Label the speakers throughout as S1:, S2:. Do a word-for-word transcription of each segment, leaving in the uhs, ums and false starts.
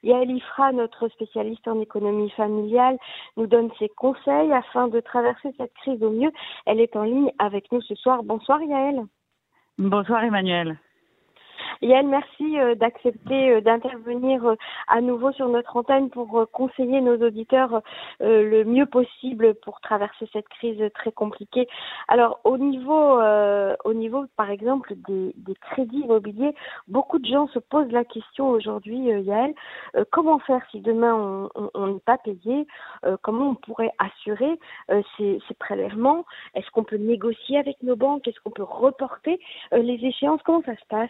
S1: Yaël Ifra, notre spécialiste en économie familiale, nous donne ses conseils afin de traverser cette crise au mieux. Elle est en ligne avec nous ce soir. Bonsoir Yaël.
S2: Bonsoir Emmanuel.
S1: Yaël, merci euh, d'accepter euh, d'intervenir euh, à nouveau sur notre antenne pour euh, conseiller nos auditeurs euh, le mieux possible pour traverser cette crise très compliquée. Alors au niveau, euh, au niveau par exemple des, des crédits immobiliers, beaucoup de gens se posent la question aujourd'hui, euh, Yaël, euh, comment faire si demain on n'est pas payé, euh, comment on pourrait assurer euh, ces, ces prélèvements, est-ce qu'on peut négocier avec nos banques, est-ce qu'on peut reporter euh, les échéances, comment ça se passe?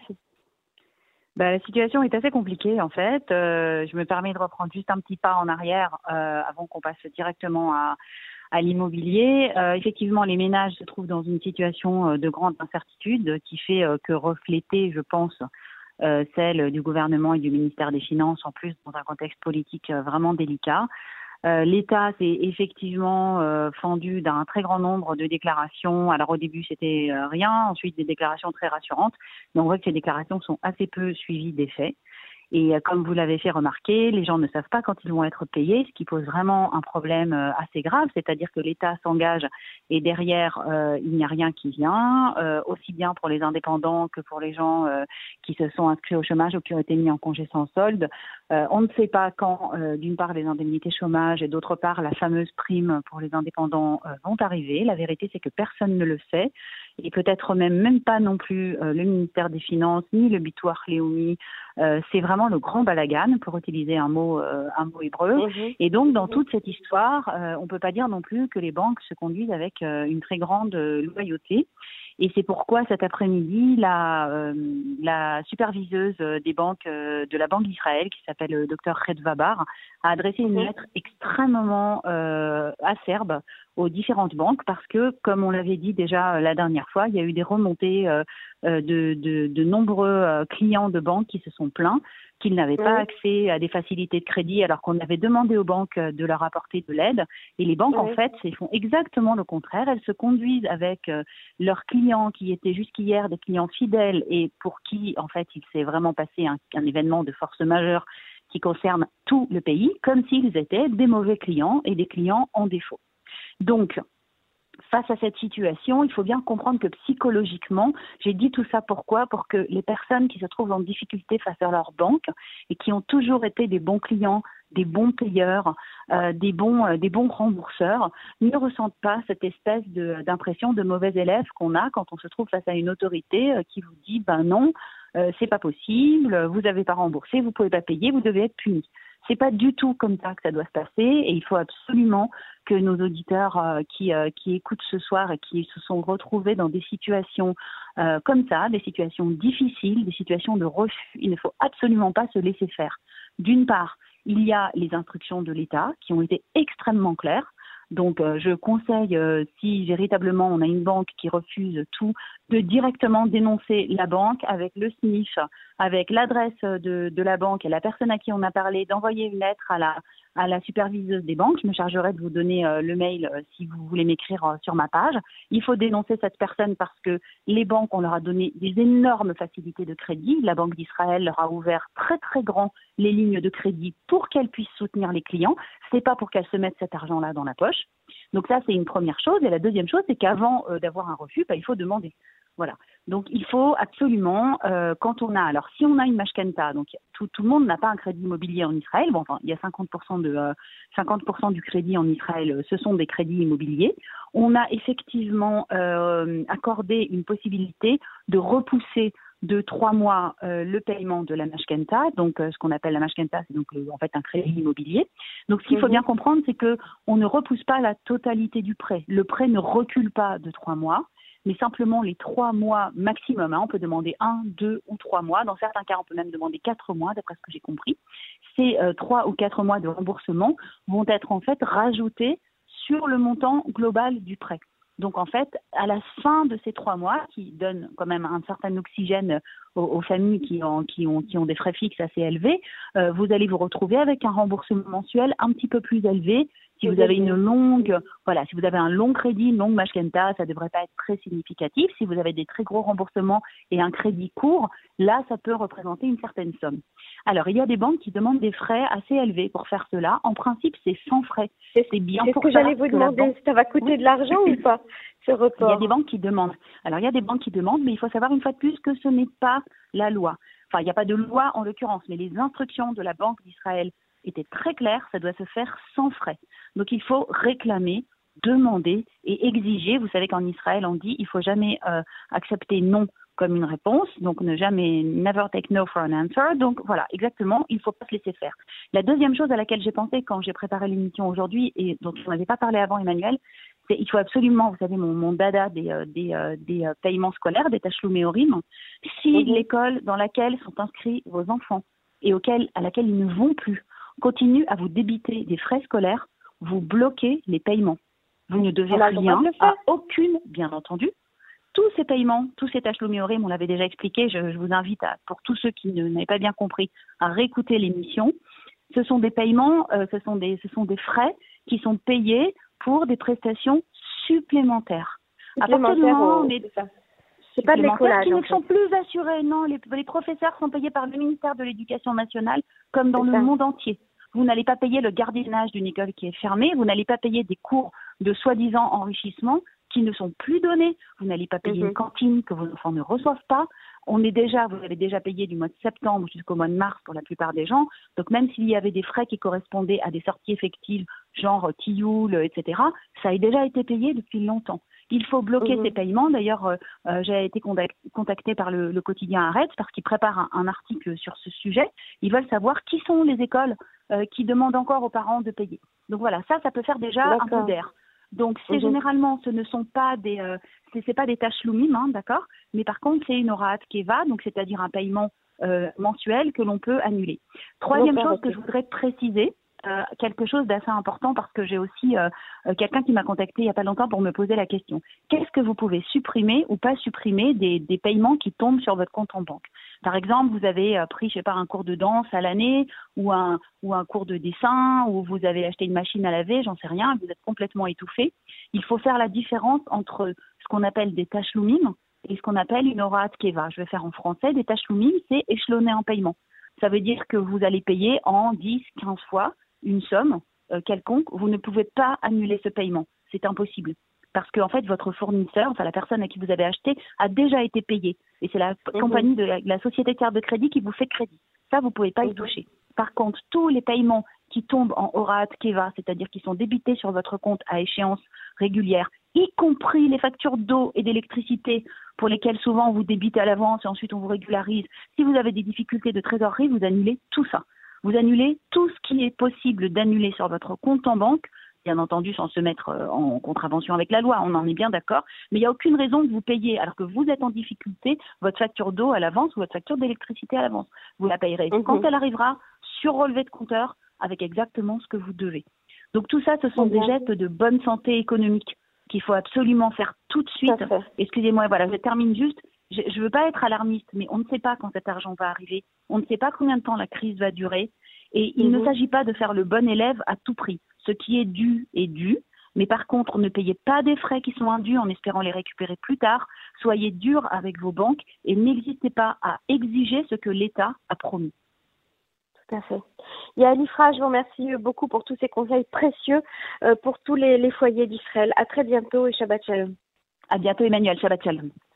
S2: Bah, la situation est assez compliquée en fait. Euh, je me permets de reprendre juste un petit pas en arrière euh, avant qu'on passe directement à, à l'immobilier. Euh, effectivement, les ménages se trouvent dans une situation de grande incertitude qui fait euh, que refléter, je pense, euh, celle du gouvernement et du ministère des Finances, en plus dans un contexte politique euh, vraiment délicat. Euh, L'État s'est effectivement euh, fendu d'un très grand nombre de déclarations. Alors au début c'était euh, rien, ensuite des déclarations très rassurantes, mais on voit que ces déclarations sont assez peu suivies des faits. Et euh, comme vous l'avez fait remarquer, les gens ne savent pas quand ils vont être payés, ce qui pose vraiment un problème euh, assez grave, c'est-à-dire que l'État s'engage et derrière, euh, il n'y a rien qui vient, euh, aussi bien pour les indépendants que pour les gens euh, qui se sont inscrits au chômage ou qui ont été mis en congé sans solde. Euh, on ne sait pas quand, euh, d'une part, les indemnités chômage et d'autre part, la fameuse prime pour les indépendants euh, vont arriver. La vérité, c'est que personne ne le sait. Et peut-être même, même pas non plus euh, le ministère des Finances, ni le Bitoire Léoumi. Euh, c'est vraiment le grand balagan, pour utiliser un mot, euh, un mot hébreu.
S1: Mmh.
S2: Et donc, dans
S1: Mmh.
S2: toute cette histoire, euh, on ne peut pas dire non plus que les banques se conduisent avec euh, une très grande euh, loyauté. Et c'est pourquoi cet après-midi, la, euh, la superviseuse des banques euh, de la Banque d'Israël, qui s'appelle le docteur Redva Bar, a adressé une lettre extrêmement euh, acerbe aux différentes banques parce que, comme on l'avait dit déjà la dernière fois, il y a eu des remontées euh, de, de, de nombreux euh, clients de banques qui se sont plaints qu'ils n'avaient pas
S1: Oui.
S2: accès à des facilités de crédit alors qu'on avait demandé aux banques de leur apporter de l'aide. Et les banques,
S1: Oui.
S2: en fait, font exactement le contraire. Elles se conduisent avec euh, leurs clients qui étaient jusqu'hier des clients fidèles et pour qui, en fait, il s'est vraiment passé un, un événement de force majeure qui concerne tout le pays, comme s'ils étaient des mauvais clients et des clients en défaut. Donc, face à cette situation, il faut bien comprendre que psychologiquement, j'ai dit tout ça pourquoi? Pour que les personnes qui se trouvent en difficulté face à leur banque et qui ont toujours été des bons clients, des bons payeurs, euh, des bons, euh, des bons rembourseurs, ne ressentent pas cette espèce de, d'impression de mauvais élève qu'on a quand on se trouve face à une autorité euh, qui vous dit « ben non, euh, c'est pas possible, vous n'avez pas remboursé, vous pouvez pas payer, vous devez être puni ». C'est pas du tout comme ça que ça doit se passer et il faut absolument que nos auditeurs euh, qui, euh, qui écoutent ce soir et qui se sont retrouvés dans des situations euh, comme ça, des situations difficiles, des situations de refus, il ne faut absolument pas se laisser faire. D'une part, il y a les instructions de l'État qui ont été extrêmement claires. Donc, euh, je conseille, euh, si véritablement on a une banque qui refuse tout, de directement dénoncer la banque avec le S N I F, avec l'adresse de, de la banque et la personne à qui on a parlé, d'envoyer une lettre à la, à la superviseuse des banques. Je me chargerai de vous donner euh, le mail euh, si vous voulez m'écrire euh, sur ma page. Il faut dénoncer cette personne parce que les banques, on leur a donné des énormes facilités de crédit. La Banque d'Israël leur a ouvert très très grand les lignes de crédit pour qu'elles puissent soutenir les clients. C'est pas pour qu'elles se mettent cet argent-là dans la poche. Donc ça, c'est une première chose. Et la deuxième chose, c'est qu'avant euh, d'avoir un refus, bah, il faut demander. Voilà. Donc il faut absolument, euh, quand on a, alors si on a une mashkenta, donc tout, tout le monde n'a pas un crédit immobilier en Israël. Bon, enfin, il y a cinquante pour cent de euh, cinquante pour cent du crédit en Israël, ce sont des crédits immobiliers. On a effectivement euh, accordé une possibilité de repousser de trois mois euh, le paiement de la mashkenta. Donc euh, ce qu'on appelle la mashkenta, c'est donc euh, en fait un crédit immobilier. Donc ce qu'il faut bien comprendre, c'est que on ne repousse pas la totalité du prêt. Le prêt ne recule pas de trois mois, mais simplement les trois mois maximum. Hein. On peut demander un, deux ou trois mois. Dans certains cas, on peut même demander quatre mois, d'après ce que j'ai compris. Ces euh, trois ou quatre mois de remboursement vont être en fait rajoutés sur le montant global du prêt. Donc en fait, à la fin de ces trois mois, qui donnent quand même un certain oxygène aux, aux familles qui ont, qui, ont, qui ont des frais fixes assez élevés, euh, vous allez vous retrouver avec un remboursement mensuel un petit peu plus élevé. Si vous avez une longue, voilà, si vous avez un long crédit, une longue mashkenta, ça ne devrait pas être très significatif. Si vous avez des très gros remboursements et un crédit court, là, ça peut représenter une certaine somme. Alors, il y a des banques qui demandent des frais assez élevés pour faire cela. En principe, c'est sans frais.
S1: C'est bien pour ça. Est-ce que j'allais vous demander, banque... ça va coûter de l'argent ou pas, ce report?
S2: Il y a des banques qui demandent. Alors, il y a des banques qui demandent, mais il faut savoir une fois de plus que ce n'est pas la loi. Enfin, il n'y a pas de loi en l'occurrence, mais les instructions de la Banque d'Israël était très clair, ça doit se faire sans frais. Donc il faut réclamer, demander et exiger. Vous savez qu'en Israël, on dit il ne faut jamais euh, accepter non comme une réponse, donc ne jamais, never take no for an answer. Donc voilà, exactement, il ne faut pas se laisser faire. La deuxième chose à laquelle j'ai pensé quand j'ai préparé l'émission aujourd'hui et dont on n'avait pas parlé avant, Emmanuel, c'est il faut absolument, vous savez, mon, mon dada des, euh, des, euh, des euh, paiements scolaires, des tachloumé horim, si mm-hmm. l'école dans laquelle sont inscrits vos enfants et auquel, à laquelle ils ne vont plus, continue à vous débiter des frais scolaires, vous bloquez les paiements. Vous ne devez rien à aucune, bien entendu. Tous ces paiements, tous ces tachloumé horim, on l'avait déjà expliqué, je, je vous invite, à, pour tous ceux qui n'avaient pas bien compris, à réécouter l'émission. Ce sont des paiements, euh, ce, sont des, ce sont des frais qui sont payés pour des prestations supplémentaires.
S1: À partir du moment, mais c'est pas de l'écolage,
S2: qui ne sont plus assurés, non. Les, les professeurs sont payés par le ministère de l'Éducation nationale, comme dans le monde entier. Vous n'allez pas payer le gardiennage d'une école qui est fermée, vous n'allez pas payer des cours de soi-disant enrichissement qui ne sont plus donnés, vous n'allez pas payer mm-hmm. une cantine que vos enfants ne reçoivent pas. On est déjà, vous avez déjà payé du mois de septembre jusqu'au mois de mars pour la plupart des gens. Donc même s'il y avait des frais qui correspondaient à des sorties effectives, genre tioul, et cetera, ça a déjà été payé depuis longtemps. Il faut bloquer mmh. ces paiements. D'ailleurs, euh, euh, j'ai été contactée par le, le quotidien Haaretz parce qu'ils préparent un, un article sur ce sujet. Ils veulent savoir qui sont les écoles euh, qui demandent encore aux parents de payer. Donc voilà, ça, ça peut faire déjà d'accord. un peu d'air. Donc c'est mmh. généralement, ce ne sont pas des, euh, c'est, c'est pas des tachloumim, hein, d'accord. Mais par contre, c'est une horat keva, donc c'est-à-dire un paiement euh, mensuel que l'on peut annuler. Troisième d'accord, chose okay. que je voudrais préciser. Euh, quelque chose d'assez important parce que j'ai aussi euh, euh, quelqu'un qui m'a contacté il n'y a pas longtemps pour me poser la question. Qu'est-ce que vous pouvez supprimer ou pas supprimer des, des paiements qui tombent sur votre compte en banque? Par exemple, vous avez euh, pris, je sais pas, un cours de danse à l'année ou un, ou un cours de dessin ou vous avez acheté une machine à laver, j'en sais rien, vous êtes complètement étouffé. Il faut faire la différence entre ce qu'on appelle des tachloumim et ce qu'on appelle une horat keva. Je vais faire en français. Des tachloumim, c'est échelonné en paiement. Ça veut dire que vous allez payer en dix, quinze fois une somme euh, quelconque, vous ne pouvez pas annuler ce paiement. C'est impossible. Parce qu'en fait, votre fournisseur, enfin la personne à qui vous avez acheté, a déjà été payé. Et c'est la mmh. compagnie de la, la société de carte de crédit qui vous fait crédit. Ça, vous ne pouvez pas mmh. y toucher. Par contre, tous les paiements qui tombent en horat keva, c'est-à-dire qui sont débités sur votre compte à échéance régulière, y compris les factures d'eau et d'électricité pour lesquelles souvent on vous débite à l'avance et ensuite on vous régularise. Si vous avez des difficultés de trésorerie, vous annulez tout ça. Vous annulez tout ce qui est possible d'annuler sur votre compte en banque, bien entendu sans se mettre en contravention avec la loi, on en est bien d'accord, mais il n'y a aucune raison que vous payiez, alors que vous êtes en difficulté, votre facture d'eau à l'avance ou votre facture d'électricité à l'avance. Vous la payerez mmh. quand elle arrivera sur relevé de compteur avec exactement ce que vous devez. Donc tout ça, ce sont mmh. des gestes de bonne santé économique qu'il faut absolument faire tout de suite. Excusez-moi, voilà, je termine juste. Je ne veux pas être alarmiste, mais on ne sait pas quand cet argent va arriver. On ne sait pas combien de temps la crise va durer. Et il mmh. ne s'agit pas de faire le bon élève à tout prix. Ce qui est dû est dû. Mais par contre, ne payez pas des frais qui sont indus en espérant les récupérer plus tard. Soyez dur avec vos banques et n'hésitez pas à exiger ce que l'État a promis.
S1: Tout à fait. Yael Ifra, je vous remercie beaucoup pour tous ces conseils précieux pour tous les, les foyers d'Israël. À très bientôt et Shabbat Shalom.
S2: À bientôt Emmanuel, Shabbat Shalom.